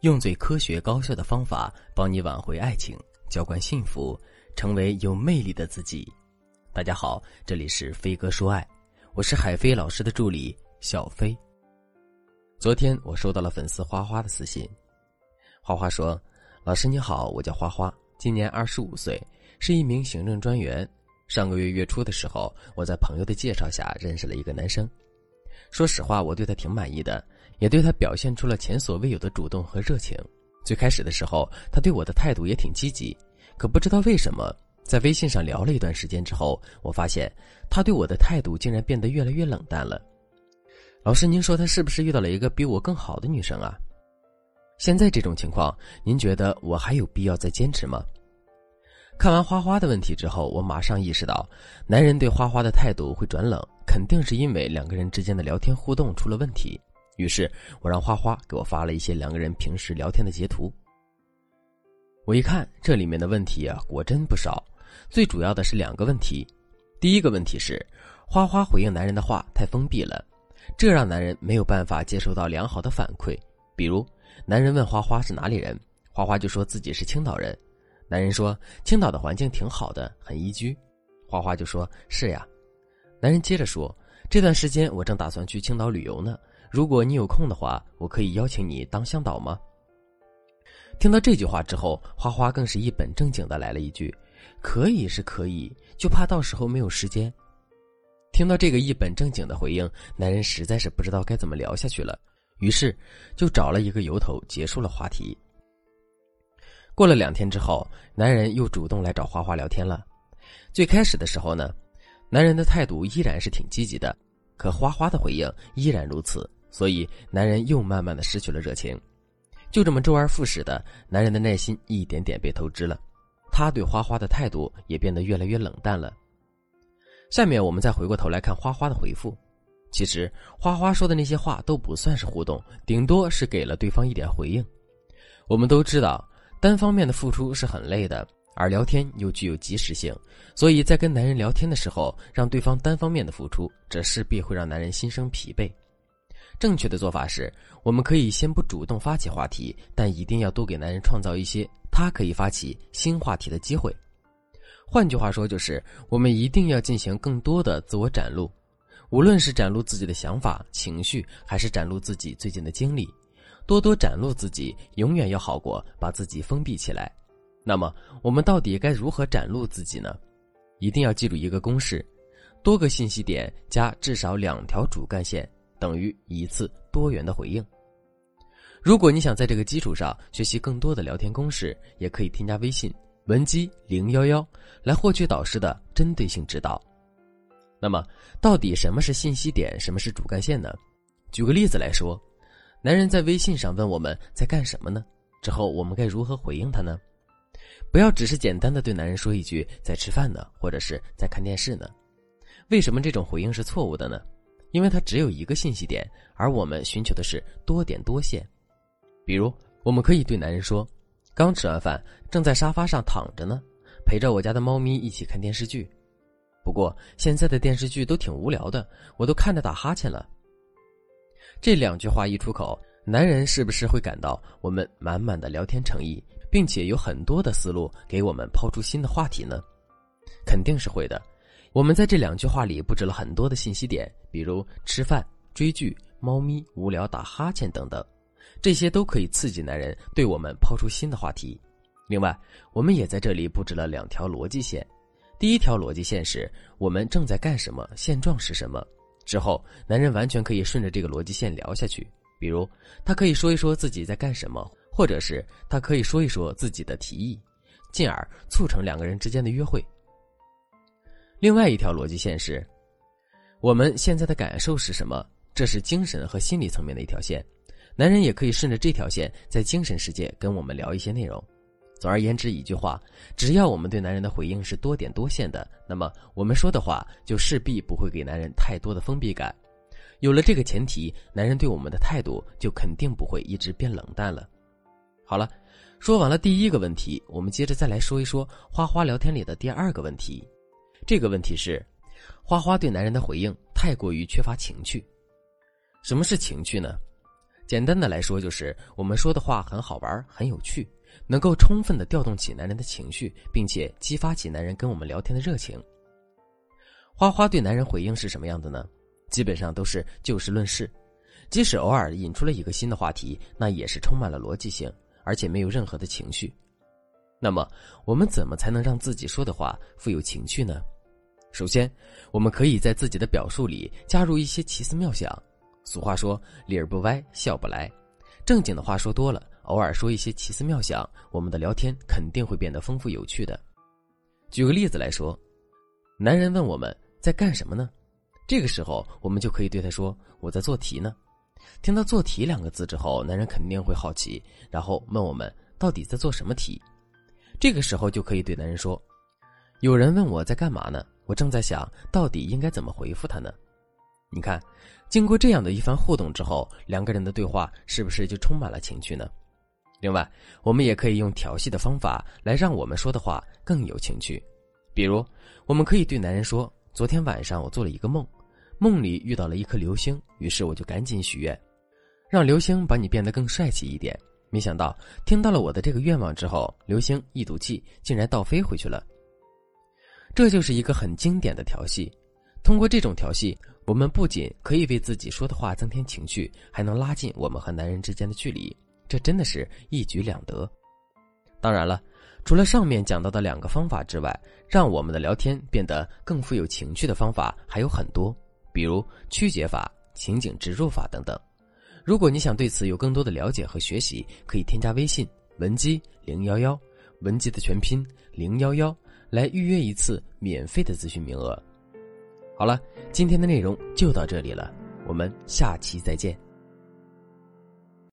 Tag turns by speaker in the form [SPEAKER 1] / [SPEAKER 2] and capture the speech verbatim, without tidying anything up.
[SPEAKER 1] 用最科学高效的方法帮你挽回爱情，浇灌幸福，成为有魅力的自己。大家好，这里是飞哥说爱，我是海飞老师的助理小飞。昨天我收到了粉丝花花的私信，花花说：老师你好，我叫花花，今年二十五岁，是一名行政专员。上个月月初的时候，我在朋友的介绍下认识了一个男生。说实话，我对他挺满意的，也对他表现出了前所未有的主动和热情。最开始的时候，他对我的态度也挺积极，可不知道为什么，在微信上聊了一段时间之后，我发现他对我的态度竟然变得越来越冷淡了。老师，您说他是不是遇到了一个比我更好的女生啊？现在这种情况，您觉得我还有必要再坚持吗？看完花花的问题之后，我马上意识到，男人对花花的态度会转冷，肯定是因为两个人之间的聊天互动出了问题。于是我让花花给我发了一些两个人平时聊天的截图。我一看，这里面的问题啊，果真不少。最主要的是两个问题。第一个问题是，花花回应男人的话太封闭了，这让男人没有办法接受到良好的反馈。比如，男人问花花是哪里人，花花就说自己是青岛人。男人说青岛的环境挺好的，很宜居。花花就说是呀。男人接着说，这段时间我正打算去青岛旅游呢，如果你有空的话，我可以邀请你当向导吗？听到这句话之后，花花更是一本正经的来了一句，可以是可以，就怕到时候没有时间。听到这个一本正经的回应，男人实在是不知道该怎么聊下去了，于是就找了一个由头结束了话题。过了两天之后，男人又主动来找花花聊天了。最开始的时候呢，男人的态度依然是挺积极的，可花花的回应依然如此，所以男人又慢慢的失去了热情。就这么周而复始的，男人的耐心一点点被透支了，他对花花的态度也变得越来越冷淡了。下面我们再回过头来看花花的回复。其实花花说的那些话都不算是互动，顶多是给了对方一点回应。我们都知道，单方面的付出是很累的，而聊天又具有即时性，所以在跟男人聊天的时候，让对方单方面的付出，这势必会让男人心生疲惫。正确的做法是，我们可以先不主动发起话题，但一定要多给男人创造一些他可以发起新话题的机会。换句话说，就是我们一定要进行更多的自我展露，无论是展露自己的想法、情绪，还是展露自己最近的经历，多多展露自己永远要好过把自己封闭起来。那么我们到底该如何展露自己呢？一定要记住一个公式，多个信息点加至少两条主干线等于一次多元的回应。如果你想在这个基础上学习更多的聊天公式，也可以添加微信文姬零一一来获取导师的针对性指导。那么到底什么是信息点，什么是主干线呢？举个例子来说，男人在微信上问我们在干什么呢？之后我们该如何回应他呢？不要只是简单的对男人说一句在吃饭呢，或者是在看电视呢。为什么这种回应是错误的呢？因为它只有一个信息点，而我们寻求的是多点多线。比如我们可以对男人说，刚吃完饭，正在沙发上躺着呢，陪着我家的猫咪一起看电视剧。不过现在的电视剧都挺无聊的，我都看着打哈欠了。这两句话一出口，男人是不是会感到我们满满的聊天诚意，并且有很多的思路给我们抛出新的话题呢？肯定是会的。我们在这两句话里布置了很多的信息点，比如吃饭、追剧、猫咪、无聊、打哈欠等等，这些都可以刺激男人对我们抛出新的话题。另外，我们也在这里布置了两条逻辑线。第一条逻辑线是我们正在干什么，现状是什么。之后男人完全可以顺着这个逻辑线聊下去，比如他可以说一说自己在干什么，或者是他可以说一说自己的提议，进而促成两个人之间的约会。另外一条逻辑线是我们现在的感受是什么，这是精神和心理层面的一条线，男人也可以顺着这条线在精神世界跟我们聊一些内容。总而言之，一句话，只要我们对男人的回应是多点多线的，那么我们说的话就势必不会给男人太多的封闭感。有了这个前提，男人对我们的态度就肯定不会一直变冷淡了。好了，说完了第一个问题，我们接着再来说一说花花聊天里的第二个问题。这个问题是，花花对男人的回应太过于缺乏情趣。什么是情趣呢？ 简单的来说，就是我们说的话很好玩，很有趣，能够充分的调动起男人的情绪，并且激发起男人跟我们聊天的热情。花花对男人回应是什么样的呢？基本上都是就事论事，即使偶尔引出了一个新的话题，那也是充满了逻辑性，而且没有任何的情绪。那么我们怎么才能让自己说的话富有情趣呢？首先，我们可以在自己的表述里加入一些奇思妙想。俗话说，理儿不歪，笑不来。正经的话说多了，偶尔说一些奇思妙想，我们的聊天肯定会变得丰富有趣的。举个例子来说，男人问我们在干什么呢？这个时候我们就可以对他说，我在做题呢。听到做题两个字之后，男人肯定会好奇，然后问我们到底在做什么题。这个时候就可以对男人说，有人问我在干嘛呢，我正在想到底应该怎么回复他呢。你看，经过这样的一番互动之后，两个人的对话是不是就充满了情趣呢？另外，我们也可以用调戏的方法来让我们说的话更有情趣。比如，我们可以对男人说，昨天晚上我做了一个梦，梦里遇到了一颗流星，于是我就赶紧许愿，让流星把你变得更帅气一点。没想到听到了我的这个愿望之后，流星一赌气竟然倒飞回去了。这就是一个很经典的调戏。通过这种调戏，我们不仅可以为自己说的话增添情趣，还能拉近我们和男人之间的距离，这真的是一举两得。当然了，除了上面讲到的两个方法之外，让我们的聊天变得更富有情趣的方法还有很多，比如曲解法、情景植入法等等。如果你想对此有更多的了解和学习，可以添加微信文姬零一一，文姬的全拼零一一，来预约一次免费的咨询名额。好了，今天的内容就到这里了，我们下期再见。